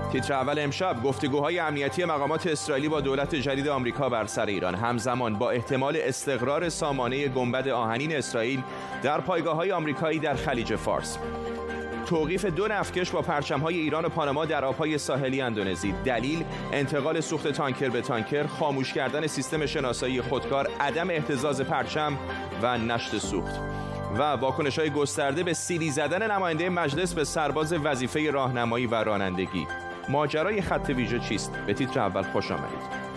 تیتر اول امشب: گفتگوهای امنیتی مقامات اسرائیلی با دولت جدید آمریکا بر سر ایران همزمان با احتمال استقرار سامانه گنبد آهنین اسرائیل در پایگاه‌های آمریکایی در خلیج فارس. توقیف 2 نفتکش با پرچم‌های ایران و پاناما در آب‌های ساحلی اندونزی. دلیل: انتقال سوخت تانکر به تانکر، خاموش کردن سیستم شناسایی خودکار، عدم اهتزاز پرچم و نشت سوخت. و واکنش‌های گسترده به سیلی زدن نماینده مجلس به سرباز وظیفه راهنمایی و رانندگی. ماجرای خط ویژه چیست؟ به تیتر اول خوش آمدید.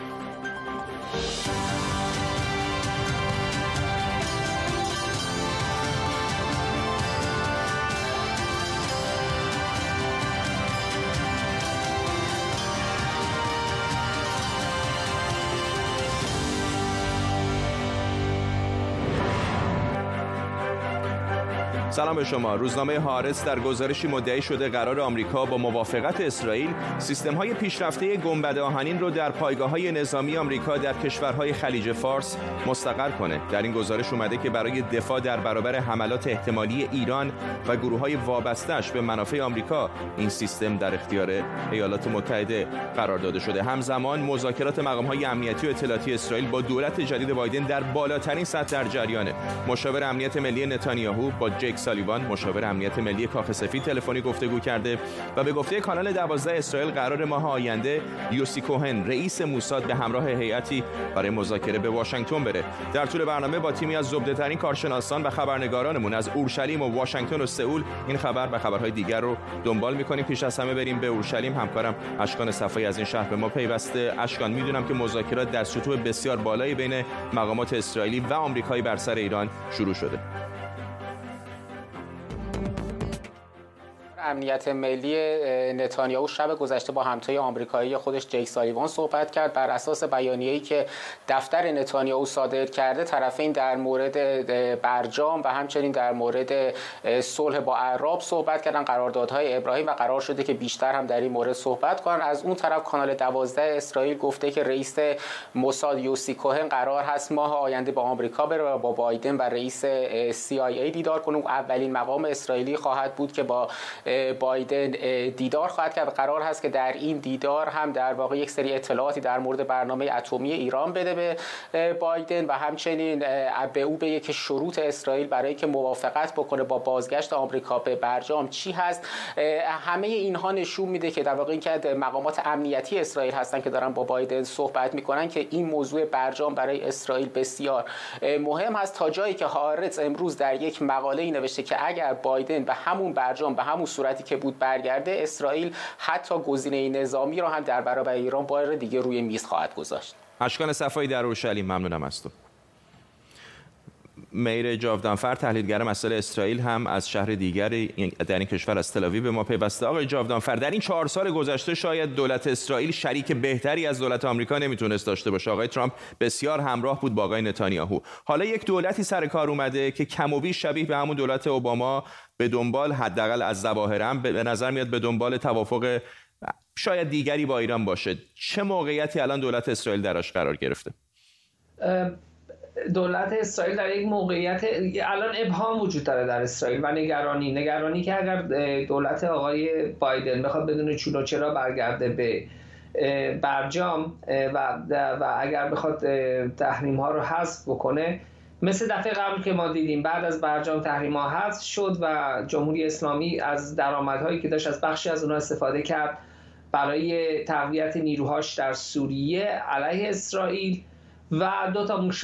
سلام به شما. روزنامه هارتز در گزارشی مدعی شده قرار آمریکا با موافقت اسرائیل سیستم‌های پیشرفته گنبد آهنین رو در پایگاه‌های نظامی آمریکا در کشورهای خلیج فارس مستقر کنه. در این گزارش اومده که برای دفاع در برابر حملات احتمالی ایران و گروه‌های وابسته‌اش به منافع آمریکا این سیستم در اختیار ایالات متحده قرار داده شده. همزمان مذاکرات مقام‌های امنیتی و اطلاعاتی اسرائیل با دولت جدید بایدن در بالاترین سطح در جریانه. مشاور امنیت ملی نتانیاهو با جک سالیوان، مشاور امنیت ملی کاخ سفید، تلفنی گفتگو کرده و به گفته کانال 12 اسرائیل قرار ماه آینده یوسی کوهن، رئیس موساد، به همراه هیئتی برای مذاکره به واشنگتن بره. در طول برنامه با تیمی از زبده‌ترین کارشناسان و خبرنگارانمون از اورشلیم و واشنگتن و سئول این خبر و خبرهای دیگر رو دنبال می‌کنیم. پیش از همه بریم به اورشلیم. همکارم اشکان صفایی از این شهر به ما پیوسته. اشکان، میدونم که مذاکرات در سطوح بسیار بالایی بین مقامات اسرائیلی و آمریکایی بر سر ایران شروع شده. امنیت ملی نتانیاهو شب گذشته با همتای آمریکایی خودش جک سالیوان صحبت کرد. بر اساس بیانیه‌ای که دفتر نتانیاهو صادر کرده، طرفین در مورد برجام و همچنین در مورد صلح با اعراب صحبت کردن، قراردادهای ابراهیم، و قرار شده که بیشتر هم در این مورد صحبت کنن. از اون طرف کانال 12 اسرائیل گفته که رئیس موساد یوسی کوهن قرار هست ماه آینده با آمریکا بره و با بایدن و رئیس CIA دیدار کنه. اولین مقام اسرائیلی خواهد بود که با بایدن دیدار خواهد کرد. قرار هست که در این دیدار هم در واقع یک سری اطلاعاتی در مورد برنامه اتمی ایران بده به بایدن و همچنین به او بگه که شروط اسرائیل برای که موافقت بکنه با بازگشت آمریکا به برجام چی هست. همه اینها نشون میده که در واقع این که مقامات امنیتی اسرائیل هستن که دارن با بایدن صحبت میکنن که این موضوع برجام برای اسرائیل بسیار مهم هست، تا جایی که هارتز امروز در یک مقاله‌ای نوشته که اگر بایدن به همون برجام به همون صورتی که بود برگرده، اسرائیل حتی گزینه نظامی را هم در برابر ایران بار دیگه روی میز خواهد گذاشت. اشکان صفایی در اورشلیم، ممنونم از تو. میر جاودانفر، تحلیلگر مسائل اسرائیل، هم از شهر دیگری در این کشور، از تل‌آویو به ما پیوسته. آقای جاودانفر، در این 4 سال گذشته شاید دولت اسرائیل شریک بهتری از دولت آمریکا نمیتونست داشته باشه. آقای ترامپ بسیار همراه بود با آقای نتانیاهو. حالا یک دولتی سر کار اومده که کم و بیش شبیه به همون دولت اوباما به دنبال، حداقل از ظواهرم به نظر میاد، به دنبال توافق شاید دیگری با ایران باشه. چه موقعیتی الان دولت اسرائیل درش قرار گرفته؟ دولت اسرائیل در یک موقعیت الان ابهام وجود داره در اسرائیل و نگرانی که اگر دولت آقای بایدن بخواد بدون چون و چرا برگرده به برجام و اگر بخواد تحریم ها رو حذف بکنه، مثل دفعه قبل که ما دیدیم بعد از برجام تحریم ها حذف شد و جمهوری اسلامی از درآمدهایی که داشت از بخشی از اونها استفاده کرد برای تقویت نیروهاش در سوریه علیه اسرائیل و دو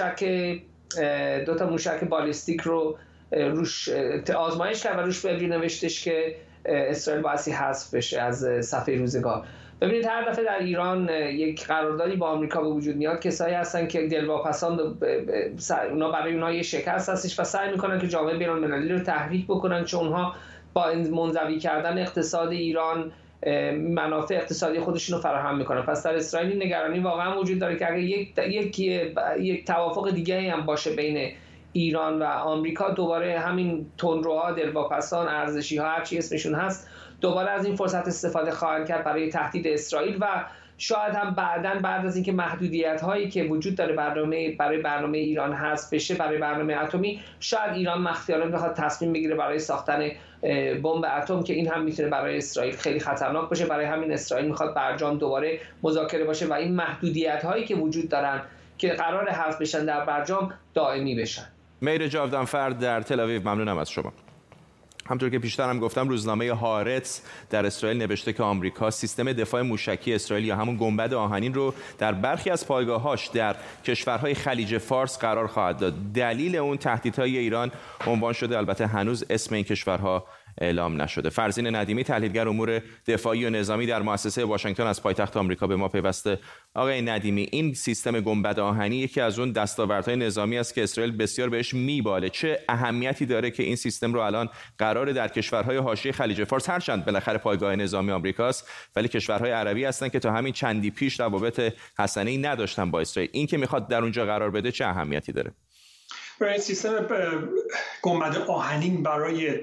تا موشک بالستیک رو روش آزمایش کرد و روش ببری نوشتش که اسرائیل باعثی حذف بشه از صفحه روزگار. ببینید هر دفعه در ایران یک قراردادی با آمریکا به وجود میاد، کسایی هستن که دلواپسان، اونا برای اونها یه شکست هستش و سعی میکنن که جامعه بین‌المللی رو تحریک بکنن، چون اونها با منزوی کردن اقتصاد ایران منافع اقتصادی خودشون رو فراهم میکنن. پس در اسرائیل نگرانی واقعا وجود داره که اگه یک توافق دیگه هم باشه بین ایران و آمریکا، دوباره همین تندروها، دلواپسان، ارزشی ها، هر چی اسمشون هست، دوباره از این فرصت استفاده خواهند کرد برای تهدید اسرائیل و شاید هم بعد از اینکه محدودیت هایی که وجود داره برای برنامه ایران حذف بشه، برای برنامه اتمی، شاید ایران مخفیانه بخواد تصمیم بگیره برای ساختن بمب اتم که این هم میتونه برای اسرائیل خیلی خطرناک باشه. برای همین اسرائیل میخواد برجام دوباره مذاکره باشه و این محدودیت هایی که وجود دارن که قرار حذف بشن در برجام دائمی بشن. مهر جاودانفرد در تل آویو، ممنونم از شما. همطور که پیشتر هم گفتم، روزنامه هارتز در اسرائیل نوشته که آمریکا سیستم دفاع موشکی اسرائیل یا همون گنبد آهنین رو در برخی از پایگاه‌هاش در کشورهای خلیج فارس قرار خواهد داد. دلیل اون تهدیدهای ایران عنوان شده، البته هنوز اسم این کشورها اعلام نشده. فرزین ندیمی، تحلیلگر امور دفاعی و نظامی در مؤسسه واشنگتن از پایتخت آمریکا، به ما پیوسته. آقای ندیمی، این سیستم گنبد آهنی یکی از اون دستاوردهای نظامی است که اسرائیل بسیار بهش میباله. چه اهمیتی داره که این سیستم رو الان قراره در کشورهای حاشیه خلیج فارس، هرچند بالاخره پایگاه نظامی آمریکاست، ولی کشورهای عربی هستن که تا همین چندی پیش روابط حسنه‌ای نداشتن با اسرائیل، این که میخواد در اونجا قرار بده چه اهمیتی داره؟ برای سیستم گنبد آهنین برای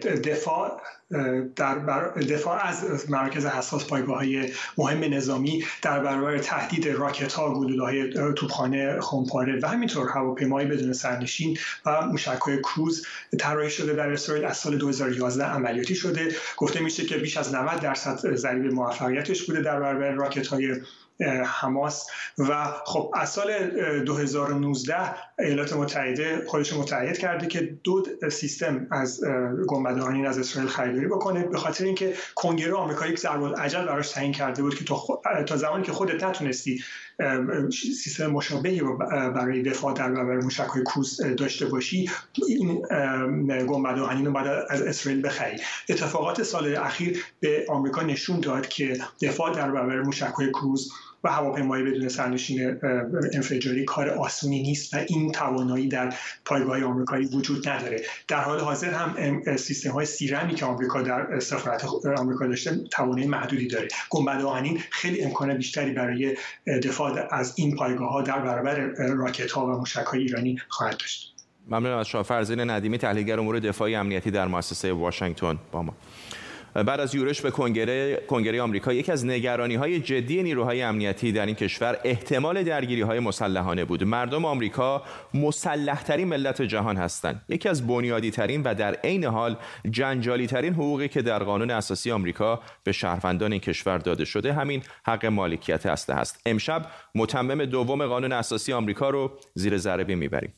دفاع از مرکز حساس پایگاه‌های مهم نظامی در برابر تهدید راکت‌ها، گلوله‌های توپخانه خمپاره و همینطور هواپیمای بدون سرنشین و موشک‌های کروز طراحی شده در اسرائیل. از سال 2011 عملیاتی شده. گفته میشه که بیش از 90% ضریب موفقیتش بوده در برابر راکت‌های حماس و خب از سال 2019 ایالات متحده خودش متعهد کرده که 2 سیستم از گنبد آهنین از اسرائیل خریداری بکنه، به خاطر اینکه کنگره آمریکا یک ضرب‌العجل براش تعیین کرده بود که تا زمانی که خودت نتونستی سیستم مشابهی رو برای دفاع در برابر موشک‌های کروز داشته باشی، این گنبد آهنین رو باید از اسرائیل بخری. اتفاقات سال اخیر به آمریکا نشون داد که دفاع در برابر موشک‌های کروز و هواپیمای بدون سرنشین انفجاری کار آسونی نیست و این توانایی در پایگاه آمریکایی وجود نداره. در حال حاضر هم سیستم‌های سیرمی که آمریکا در سفارت آمریکا داشته توانایی محدودی داره. گنبد آهنین خیلی امکان بیشتری برای دفاع از این پایگاه‌ها در برابر راکت‌ها و موشک‌های ایرانی خواهد داشت. ممنونم از شما. فرزین ندیمی، تحلیلگر امور دفاعی امنیتی در مؤسسه واشنگتن با ما. بعد از یورش به کنگره آمریکا، یکی از نگرانی‌های جدی نیروهای امنیتی در این کشور احتمال درگیری‌های مسلحانه بود. مردم آمریکا مسلح‌ترین ملت جهان هستند. یکی از بنیادی‌ترین و در عین حال جنجالی‌ترین حقوقی که در قانون اساسی آمریکا به شهروندان این کشور داده شده همین حق مالکیت اسلحه است. امشب متمم دوم قانون اساسی آمریکا رو زیر ذره بین می‌بریم.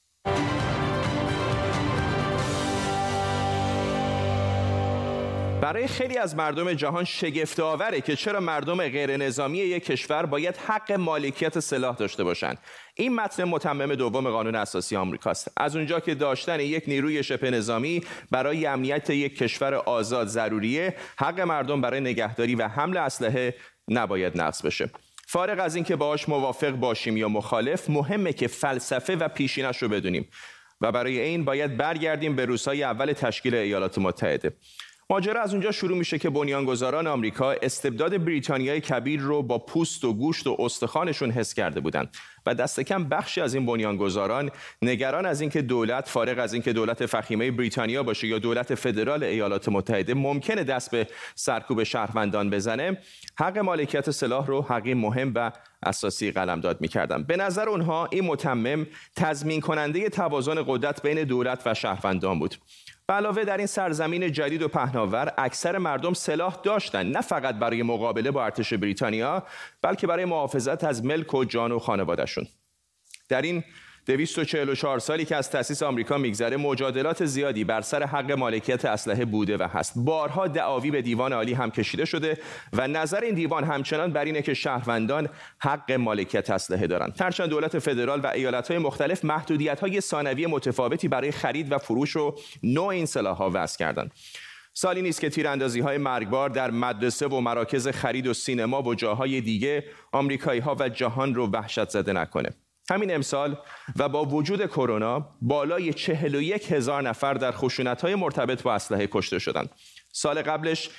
برای خیلی از مردم جهان شگفت‌آوره که چرا مردم غیر نظامی یک کشور باید حق مالکیت سلاح داشته باشند. این متن متمم دوم قانون اساسی آمریکاست. از اونجا که داشتن یک نیروی شبه نظامی برای امنیت یک کشور آزاد ضروریه، حق مردم برای نگهداری و حمل اسلحه نباید نقض بشه. فارغ از اینکه باهاش موافق باشیم یا مخالف، مهمه که فلسفه و پیشینش رو بدونیم و برای این باید برگردیم به روزهای اول تشکیل ایالات متحده. ماجرا از اونجا شروع میشه که بنیانگذاران آمریکا استبداد بریتانیای کبیر رو با پوست و گوشت و استخوانشون حس کرده بودند و دست کم بخشی از این بنیانگذاران نگران از اینکه دولت، فارغ از اینکه دولت فخیمه بریتانیا باشه یا دولت فدرال ایالات متحده، ممکنه دست به سرکوب شهروندان بزنه، حق مالکیت سلاح رو حقی مهم و اساسی قلمداد می‌کردن. به نظر اونها این متمم تضمین کننده توازن قدرت بین دولت و شهروندان بود. به علاوه در این سرزمین جدید و پهناور اکثر مردم سلاح داشتن، نه فقط برای مقابله با ارتش بریتانیا، بلکه برای محافظت از ملک و جان و خانواده‌شون. در این 244 سالی که از تأسیس آمریکا میگذره، مجادلات زیادی بر سر حق مالکیت اسلحه بوده و هست. بارها دعاوی به دیوان عالی هم کشیده شده و نظر این دیوان همچنان بر اینه که شهروندان حق مالکیت اسلحه دارند. هرچند دولت فدرال و ایالت‌های مختلف محدودیت‌های ثانوی متفاوتی برای خرید و فروش و نوع این سلاح‌ها وضع کردند. سالی نیست که تیراندازی‌های مرگبار در مدرسه و مراکز خرید و سینما و جاهای دیگه آمریکایی‌ها و جهان رو وحشت زده نکنه. همین امسال و با وجود کرونا بالای 41,000 نفر در خشونت‌های مرتبط با اسلحه کشته شدند. سال قبلش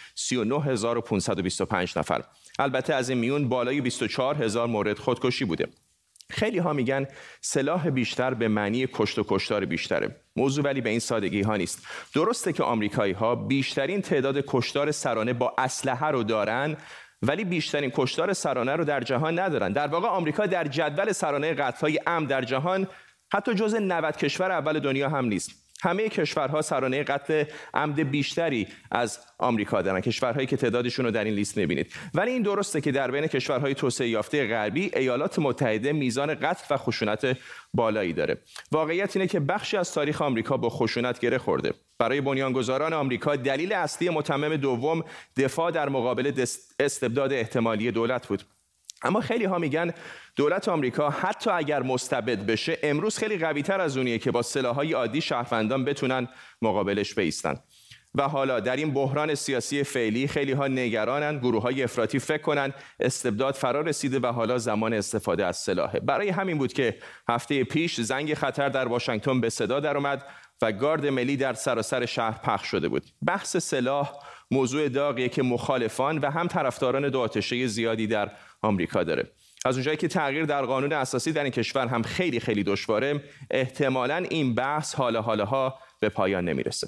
39,525 نفر. البته از این میون بالای 24,000 مورد خودکشی بوده. خیلی ها میگن سلاح بیشتر به معنی کشت و کشتار بیشتره. موضوع ولی به این سادگی ها نیست. درسته که آمریکایی ها بیشترین تعداد کشتار سرانه با اسلحه رو دارن، ولی بیشترین کشتار سرانه رو در جهان ندارن. در واقع آمریکا در جدول سرانه قتل‌های عمد در جهان حتی جزو 90 کشور اول دنیا هم نیست. همه کشورها سرانه قتل عمد بیشتری از آمریکا دارن، کشورهایی که تعدادشون رو در این لیست می‌بینید. ولی این درسته که در بین کشورهای توسعه یافته غربی ایالات متحده میزان قتل و خشونت بالایی داره. واقعیت اینه که بخشی از تاریخ آمریکا با خشونت گره خورده. برای بنیانگذاران آمریکا دلیل اصلی متمم دوم دفاع در مقابل استبداد احتمالی دولت بود. اما خیلی ها میگن دولت آمریکا حتی اگر مستبد بشه امروز خیلی قوی‌تر از اونیه که با سلاح‌های عادی شهروندان بتونن مقابلش بایستن. و حالا در این بحران سیاسی فعلی خیلی ها نگرانن گروه‌های افراطی فکر کنن استبداد فرا رسیده و حالا زمان استفاده از سلاحه. برای همین بود که هفته پیش زنگ خطر در واشنگتن به صدا در اومد و گارد ملی در سراسر شهر پخش شده بود. بحث سلاح موضوع داغیه که مخالفان و هم طرفداران دو آتشه زیادی در آمریکا داره. از اونجایی که تغییر در قانون اساسی در این کشور هم خیلی خیلی دشواره، احتمالاً این بحث حالا به پایان نمیرسه.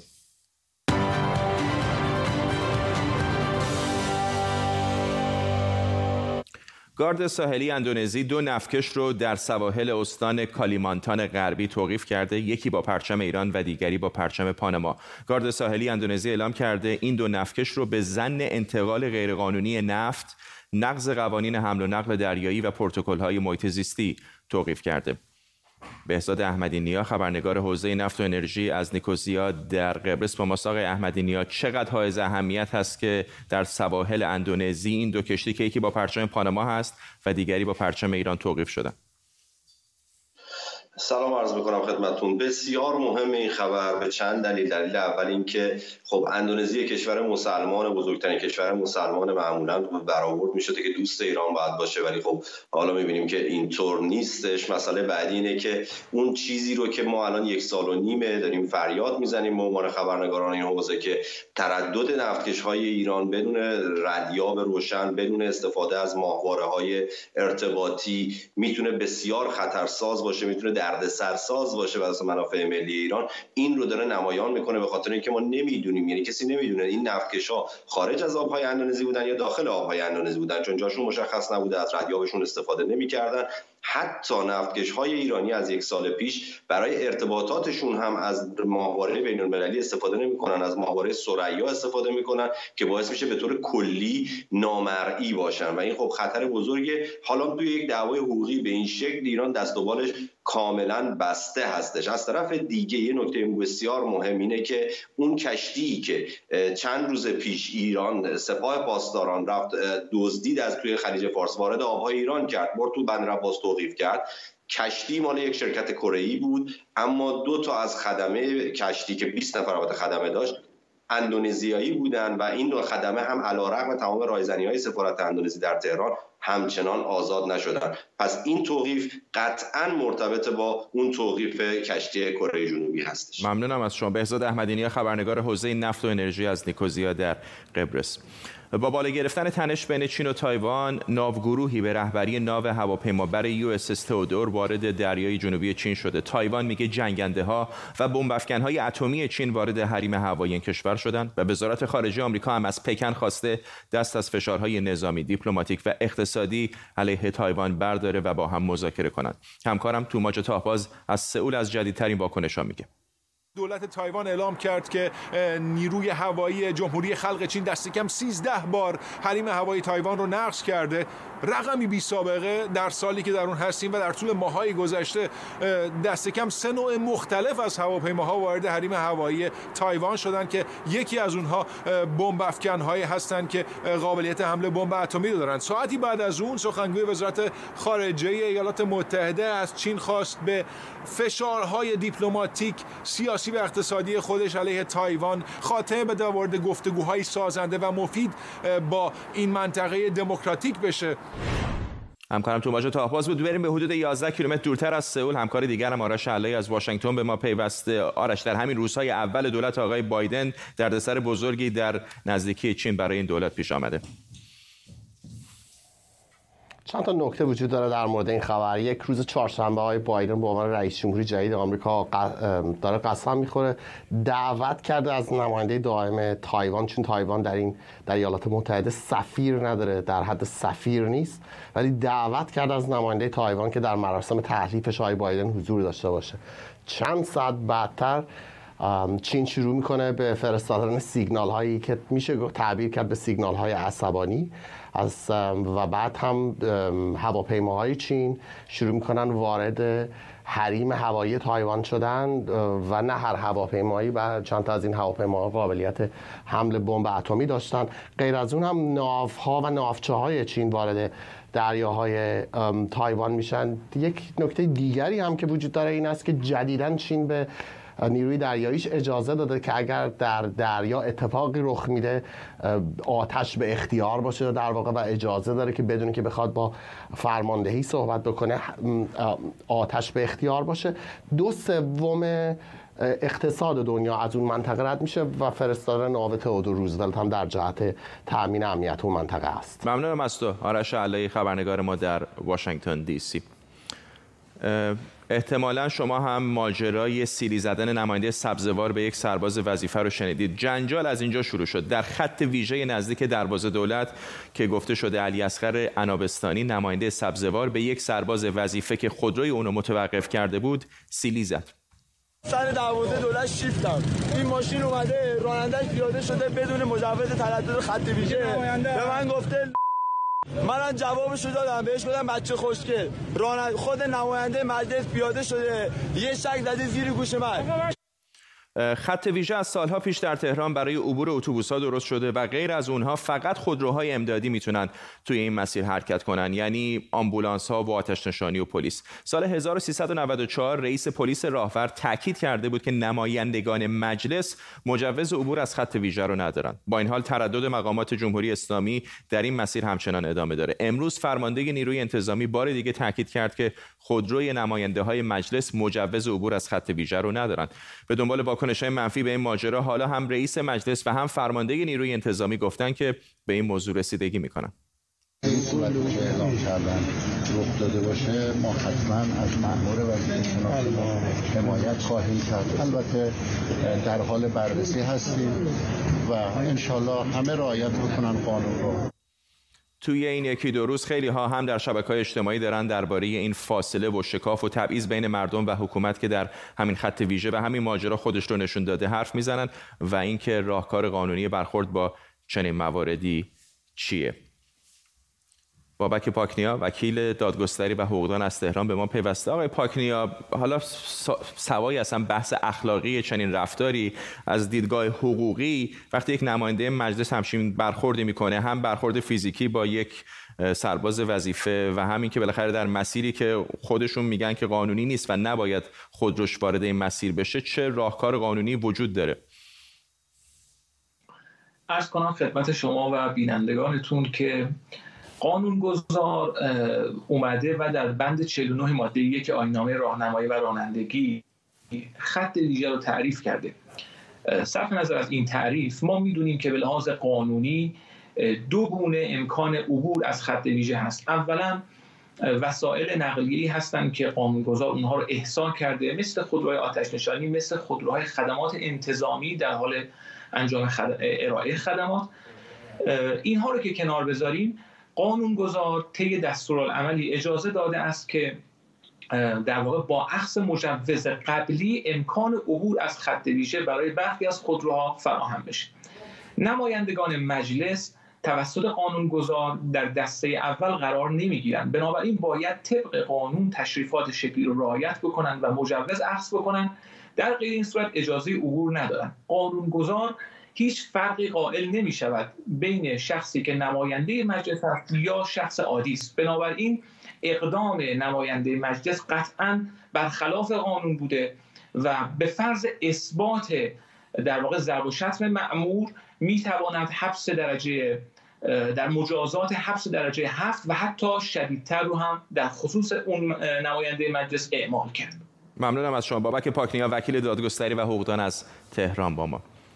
گارد ساحلی اندونزی 2 نفتکش رو در سواحل استان کالیمانتان غربی توقیف کرده، یکی با پرچم ایران و دیگری با پرچم پاناما. گارد ساحلی اندونزی اعلام کرده این 2 نفتکش رو به ظن انتقال غیرقانونی نفت، نقض قوانین حمل و نقل دریایی و پروتکل‌های محیط زیستی توقیف کرده. بهزاد احمدی نیا خبرنگار حوزه نفت و انرژی از نیکوزیا در قبرس با ماست. آقای احمدی نیا، چقدر حائز اهمیت هست که در سواحل اندونزی این 2 کشتی که یکی با پرچم پاناما هست و دیگری با پرچم ایران توقیف شدن؟ سلام عرض میکنم خدمتتون. بسیار مهمه این خبر به چند دلیل. دلیل اول این که خب اندونزی کشور مسلمان، بزرگترین کشور مسلمان، معمولا برآورد میشده که دوست ایران باید باشه، ولی خب حالا میبینیم که اینطور نیستش. مسئله بعدی اینه که اون چیزی رو که ما الان 1.5 سال داریم فریاد میزنیم به عنوان خبرنگاران این حوزه که تردد نفتکش‌های ایران بدون ردیاب روشن، بدون استفاده از ماهواره‌های ارتباطی میتونه بسیار خطرساز باشه، میتونه دردسرساز باشه واسه منافع ملی ایران. این رو داره نمایان میکنه، به خاطر اینکه ما نمیدونیم، یعنی کسی نمیدونه این نفتکش‌ها خارج از آبهای اندونزی بودن یا داخل آبهای اندونزی بودن، چون جاشون مشخص نبوده، از ردیابشون استفاده نمیکردن. حتی نفتکش‌های ایرانی از 1 سال پیش برای ارتباطاتشون هم از ماهواره بین‌المللی استفاده نمی‌کنن، از ماهواره ثریا استفاده می‌کنن که باعث میشه به طور کلی نامرئی باشن و این خب خطر بزرگه. حالا توی یک دعوای حقوقی به این شکل ایران دست و بالش کاملا بسته هستش. از طرف دیگه یه نکته بسیار مهم اینه که اون کشتی که چند روز پیش ایران سپاه پاسداران رفت دزدید از توی خلیج فارس وارد آبهای ایران کرد، برد تو بندر عباس توقیف کرد، کشتی مال یک شرکت کره‌ای بود، اما 2 تا از خدمه کشتی که 20 نفر البته خدمه داشت اندونزیایی بودن و این 2 خدمه هم علیرغم تمام رایزنی‌های سفارت اندونزی در تهران همچنان آزاد نشدن. پس این توقیف قطعاً مرتبط با اون توقیف کشتی کره جنوبی هستش. ممنونم از شما. بهزاد احمدی نیا خبرنگار حوزه نفت و انرژی از نیکوزیا در قبرس. با بالا گرفتن تنش بین چین و تایوان، ناوگروهی به رهبری ناو هواپیمابر USS تئودور وارد دریای جنوبی چین شده. تایوان میگه جنگنده‌ها و بمب‌افکن‌های اتمی چین وارد حریم هوایی این کشور شدند و وزارت خارجه آمریکا هم از پکن خواسته دست از فشارهای نظامی، دیپلماتیک و اقتصادی علیه تایوان برداره و با هم مذاکره کنند. همکارم توماج تاهباز از سئول از جدیدترین واکنش‌ها میگه. دولت تایوان اعلام کرد که نیروی هوایی جمهوری خلق چین دست کم 13 بار حریم هوایی تایوان رو نقض کرده. رقمی بی سابقه در سالی که در اون هستیم و در طول ماه‌های گذشته دست کم 3 نوع مختلف از هواپیماها وارد حریم هوایی تایوان شدن که یکی از اونها بمب افکن‌هایی هستند که قابلیت حمل بمب اتمی رو دارن. ساعتی بعد از اون سخنگوی وزارت خارجه ایالات متحده از چین خواست به فشارهای دیپلماتیک، سیاسی و اقتصادی خودش علیه تایوان خاتمه بده، وارد گفتگوهای سازنده و مفید با این منطقه دموکراتیک بشه. همکارم توماج تاهباز بود. بریم به حدود 11 کیلومتر دورتر از سئول. همکار دیگرم آرش علایی از واشنگتن به ما پیوسته. آرش، در همین روزهای اول دولت آقای بایدن دردسر بزرگی در نزدیکی چین برای این دولت پیش آمده. چند تا نکته وجود داره در مورد این خبر. یک، روز چهارشنبه های بایدن به عنوان رئیس جمهوری جدید آمریکا داره قسم میخوره، دعوت کرده از نماینده دائم تایوان، چون تایوان در این ایالات متحده سفیر نداره، در حد سفیر نیست، ولی دعوت کرده از نماینده تایوان که در مراسم تحریفش های بایدن حضور داشته باشه. چند ساعت بعدتر چین شروع میکنه به فرستادن سیگنال هایی که میشه تعبیر کرد به سیگنال های عصبانی و بعد هم هواپیماهای چین شروع میکنن وارد حریم هوایی تایوان شدن و نه هر هواپیمایی و چند تا از این هواپیماها قابلیت حمل بمب اتمی داشتن. غیر از اون هم ناوها و ناوچه های چین وارد دریاهای تایوان میشن. یک نکته دیگری هم که وجود داره این است که جدیداً چین به نیروی دریاییش اجازه داده که اگر در دریا اتفاقی رخ میده آتش به اختیار باشه در واقع، و اجازه داره که بدون که بخواد با فرماندهی صحبت بکنه آتش به اختیار باشه. 2/3 اقتصاد دنیا از اون منطقه رد میشه و فرستادن ناو تئودور روزولت هم در جهت تامین امنیت اون منطقه است. ممنونم از تو آرش علایی، خبرنگار ما در واشنگتن دی سی. احتمالا شما هم ماجرای سیلی زدن نماینده سبزوار به یک سرباز وظیفه رو شنیدید. جنجال از اینجا شروع شد. در خط ویژه نزدیک دروازه دولت که گفته شده علیاصغر عنابستانی نماینده سبزوار به یک سرباز وظیفه که خودروی اونو متوقف کرده بود سیلی زد. سر دروازه دولت شیفتم، این ماشین اومده، راننده‌اش پیاده شده بدون مجوز تردد خط ویژه، به من گفته منم جوابشو دادم، بهش گفتم بچه خوشگل، خود نماینده مجلس پیاده شده یه شک زده زیر گوش من. خط ویژه از سالها پیش در تهران برای عبور اتوبوس‌ها درست شده و غیر از اونها فقط خودروهای امدادی میتونن توی این مسیر حرکت کنن، یعنی آمبولانس‌ها و آتش‌نشانی و پلیس. سال 1394 رئیس پلیس راهور تاکید کرده بود که نمایندگان مجلس مجوز عبور از خط ویژه رو ندارن. با این حال تردد مقامات جمهوری اسلامی در این مسیر همچنان ادامه داره. امروز فرمانده نیروی انتظامی بار دیگه تاکید کرد که خودروی نماینده‌های مجلس مجوز عبور از خط ویژه رو ندارن. به دنبال واکنش‌های منفی به این ماجرا حالا هم رئیس مجلس و هم فرمانده نیروی انتظامی گفتن که به این موضوع رسیدگی میکنن. این صورتی که اعلام کردن رخ داده باشه ما حتما از مأمور وزیر شناخت حمایت خواهیم کرد. البته در حال بررسی هستیم و انشالله همه رعایت بکنن قانون رو. توی این یکی دو روز خیلی ها هم در شبکه‌های اجتماعی دارن درباره این فاصله و شکاف و تبعیض بین مردم و حکومت که در همین خط ویژه و همین ماجرا خودش رو نشون داده حرف میزنن و اینکه راهکار قانونی برخورد با چنین مواردی چیه. بابک پاکنیا وکیل دادگستری و حقوقدان از تهران به ما پیوسته. آقای پاکنیا، حالا سوای اصلا بحث اخلاقی چنین رفتاری از دیدگاه حقوقی وقتی یک نماینده مجلس همچین برخوردی میکنه، هم برخورد فیزیکی با یک سرباز وظیفه و همین که بالاخره در مسیری که خودشون میگن که قانونی نیست و نباید خودروش وارد این مسیر بشه، چه راهکار قانونی وجود داره؟ عرض کنم خدمت شما و بینندگانتون که قانونگذار اومده و در بند 49 ماده 1 آیین‌نامه راهنمایی و رانندگی خط ویژه رو تعریف کرده. صرف نظر از این تعریف ما میدونیم که به لحاظ قانونی دو گونه امکان عبور از خط ویژه هست. اولا وسایل نقلیه‌ای هستند که قانونگذار اونها رو احصا کرده، مثل خودروهای آتش نشانی، مثل خودروهای خدمات انتظامی در حال انجام ارائه خدمات. اینها رو که کنار بذاریم، قانونگذار طی دستورالعملی اجازه داده است که در واقع با اخذ مجوز قبلی امکان عبور از خط ویژه برای برخی از خودروها فراهم بشه. نمایندگان مجلس توسط قانونگذار در دسته اول قرار نمیگیرند، بنابراین باید طبق قانون تشریفات شکلی رو رعایت بکنند و مجوز اخذ بکنند. در غیر این صورت اجازه عبور ندارند. قانونگذار هیچ فرقی قائل نمی شود بین شخصی که نماینده مجلس است یا شخص عادی است. بنابراین اقدام نماینده مجلس قطعاً برخلاف قانون بوده و به فرض اثبات در واقع ضرب و شتم مأمور می تواند حبس درجه در مجازات حبس درجه 7 و حتی شدیدتر رو هم در خصوص اون نماینده مجلس اعمال کرد. ممنونم از شما. بابک پاکنیا وکیل دادگستری و حقوقدان از تهران با ما.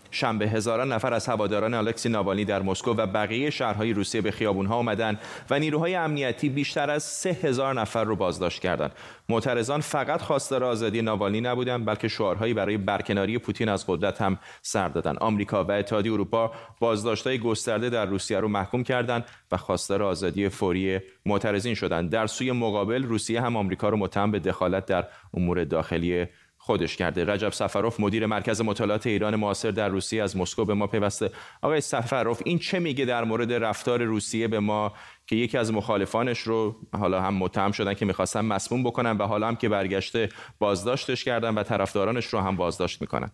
شنبه هزاران نفر از هواداران الکسی ناوالنی در مسکو و بقیه شهرهای روسیه به خیابون‌ها آمدند و نیروهای امنیتی بیشتر از 3000 نفر رو بازداشت کردند. معترضان فقط خواستار آزادی ناوالنی نبودند، بلکه شعارهایی برای برکناری پوتین از قدرت هم سر دادند. آمریکا و اتحادیه اروپا بازداشت‌های گسترده در روسیه رو محکوم کردند و خواستار آزادی فوری معترضین شدند. در سوی مقابل روسیه هم آمریکا رو متهم به دخالت در امور داخلی خودش کرده. رجب سفروف مدیر مرکز مطالعات ایران معاصر در روسیه از مسکو به ما پیوسته. آقای سفروف، این چه میگه در مورد رفتار روسیه به ما که یکی از مخالفانش رو حالا هم متهم شدن که می‌خواستن مسموم بکنن و حالا هم که برگشته بازداشتش کردن و طرفدارانش رو هم بازداشت میکنن؟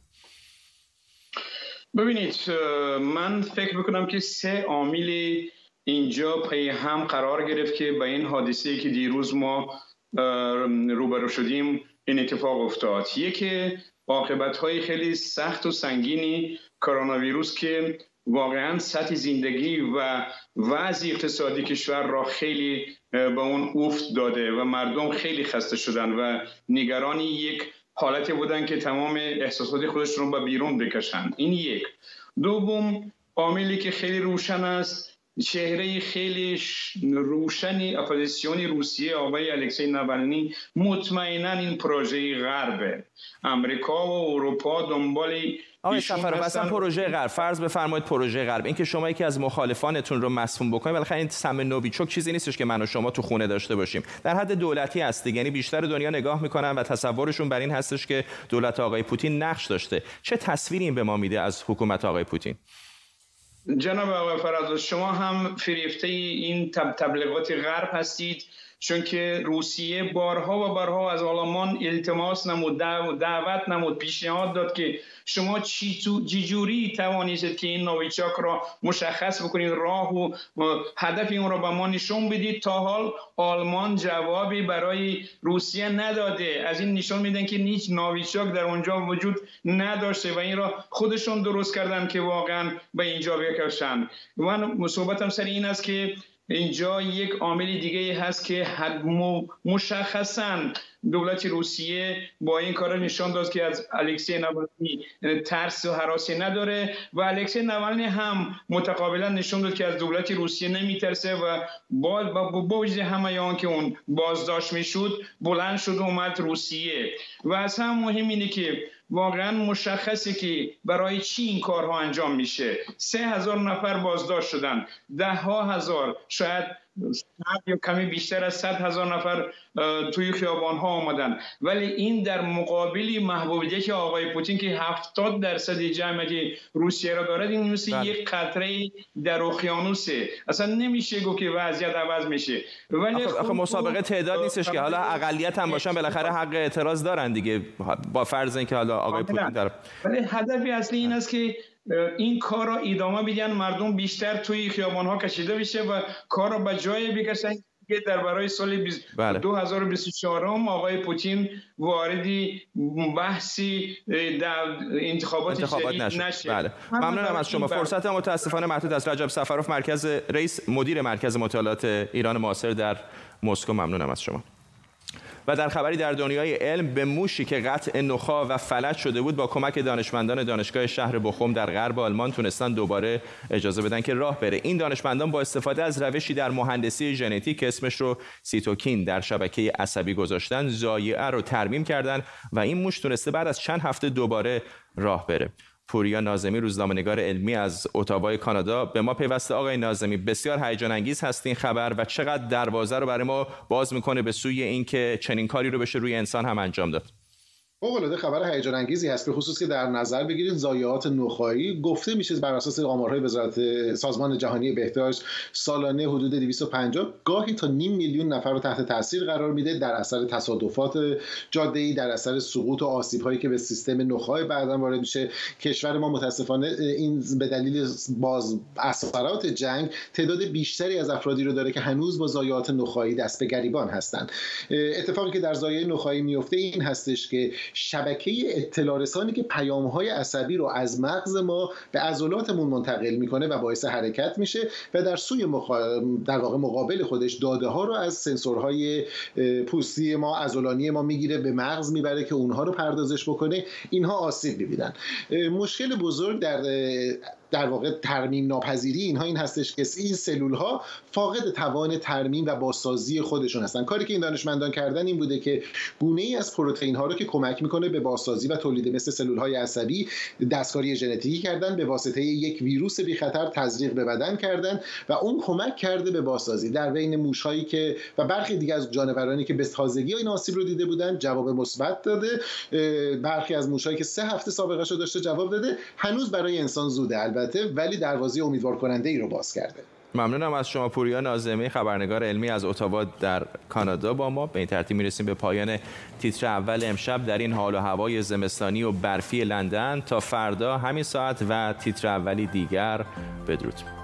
ببینید، من فکر میکنم که 3 عامل اینجا پی هم قرار گرفت که به این حادثه‌ای که دیروز ما روبرو شدیم این اتفاق افتاد. یکی عاقبت‌های خیلی سخت و سنگینی کرونا ویروس که واقعا سطح زندگی و وضع اقتصادی کشور را خیلی به اون افت داده و مردم خیلی خسته شدن و نگرانی یک حالتی بودن که تمام احساسات خودشون رو به بیرون بکشن. این یک. دوم، عاملی که خیلی روشن است، چهره خیلی روشنی اپوزیسیونی روسیه آقای الکسی ناوالنی مطمئنا این پروژه غربه. امریکا و اروپا دنبال آقای سفروف، اصلا پروژه غرب، فرض بفرمایید پروژه غرب، این که شما یکی از مخالفانتون رو مسموم بکنید، بالاخره این سم نوویچوک چیزی نیستش که من و شما تو خونه داشته باشیم. در حد دولتی هست، یعنی بیشتر دنیا نگاه میکنن و تصورشون بر این هستش که دولت آقای پوتین نقش داشته. چه تصویری این به ما میده از حکومت آقای پوتین؟ جناب آقای فرزاد، شما هم فریفته این تبلیغات غرب هستید، چون که روسیه بارها و بارها از آلمان التماس نمود، دعوت نمود، پیشنهاد داد که شما چجوری توانید که این نوویچاک را مشخص بکنید، راه و هدف اون را به ما نشون بدید. تا حال آلمان جوابی برای روسیه نداده. از این نشون میدن که هیچ نوویچاک در اونجا وجود نداشته و این را خودشون درست کردن که واقعا به اینجا بکشن. من صحبتم سر این است که اینجا یک عامل دیگه هست که مشخصاً دولت روسیه با این کار نشان داد که از الکسی ناوالنی ترس و هراسی نداره و الکسی ناوالنی هم متقابلا نشان داد که از دولت روسیه نمیترسه و با وجود همه آن که اون بازداشت میشد بلند شد و اومد روسیه. و از هم مهم اینه که واقعا مشخصه که برای چی این کارها انجام میشه. 3000 نفر بازداشت شدن، 10,000 شاید یا کمی بیشتر از 100,000 نفر توی خیابان‌ها آمدن، ولی این در مقابل محبوبیت آقای پوتین که 70% جمعیت روسیه را دارد، این مثل یک قطره در اقیانوسه. اصلا نمیشه گفت که وضعیت عوض میشه. ولی آخه مسابقه تعداد نیستش که حالا اقلیت هم باشن بالاخره حق اعتراض دارن دیگه، با فرض اینکه حالا آقای پوتین در ولی هدف اصلی این است که این کار را ادامه بدن، مردم بیشتر توی خیابان‌ها کشیده بشه و کار را به جای بکشن که در برای سال 2024 آقای پوتین واردی بحثی انتخابات جدید نشه. بله. ممنونم از شما. فرصت متاسفانه محدود است. رجب سفروف، مدیر مرکز مطالعات ایران معاصر در مسکو، ممنونم از شما. و در خبری در دنیای علم، به موشی که قطع نخاع و فلج شده بود با کمک دانشمندان دانشگاه شهر بخوم در غرب آلمان تونستن دوباره اجازه بدن که راه بره. این دانشمندان با استفاده از روشی در مهندسی ژنتیک که اسمش رو سیتوکین در شبکه عصبی گذاشتن، ضایعه رو ترمیم کردن و این موش تونسته بعد از چند هفته دوباره راه بره. پوریا ناظمی، روزنامه‌نگار علمی از اتاوا کانادا، به ما پیوسته. آقای ناظمی، بسیار هیجان انگیز هست این خبر و چقدر دروازه رو برای ما باز میکنه به سوی اینکه چنین کاری رو بشه روی انسان هم انجام داد. فوق‌العاده خبر هیجان انگیزی هست، به خصوص که در نظر بگیرید ضایعات نخاعی. گفته میشه بر اساس آمارهای وزارت سازمان جهانی بهداشت سالانه حدود 250 گاهی تا نیم میلیون نفر رو تحت تاثیر قرار میده در اثر تصادفات جاده‌ای، در اثر سقوط و آسیب‌هایی که به سیستم نخاع بعداً وارد میشه. کشور ما متاسفانه این به دلیل باز اثرات جنگ تعداد بیشتری از افرادی رو داره که هنوز با ضایعات نخاعی دست به گریبان هستند. اتفاقی که در ضایعه نخاعی میفته این هستش که شبکه اطلاع رسانی که پیام‌های عصبی رو از مغز ما به عضلاتمون منتقل میکنه و باعث حرکت میشه و در سوی در واقع مقابل خودش داده ها رو از سنسورهای پوستی ما، عضلانی ما میگیره، به مغز میبره که اونها رو پردازش بکنه. اینها آسیب میبینن. مشکل بزرگ در واقع ترمیم ناپذیری اینها این هستش که این سلول ها فاقد توان ترمیم و بازسازی خودشون هستن. کاری که این دانشمندان کردن این بوده که گونه ای از پروتئین ها رو که کمک میکنه به بازسازی و تولید مثل سلول های عصبی دستکاری ژنتیکی کردن، به واسطه یک ویروس بی خطر تزریق به بدن کردن و اون کمک کرده به بازسازی. در بین موش هایی که و برخی دیگه از جانورانی که به تازگی این آسیب رو دیده بودن جواب مثبت داده، برخی از موش هایی که 3 هفته سابقه شو داشته جواب داده. هنوز برای انسان زوده البته، ولی دروازه امیدوار کننده ای رو باز کرده. ممنونم از شما پوریا ناظمی، خبرنگار علمی از اتاوا در کانادا با ما. به این ترتیب میرسیم به پایان تیتر اول امشب در این حال و هوای زمستانی و برفی لندن. تا فردا همین ساعت و تیتر اولی دیگر، بدرود.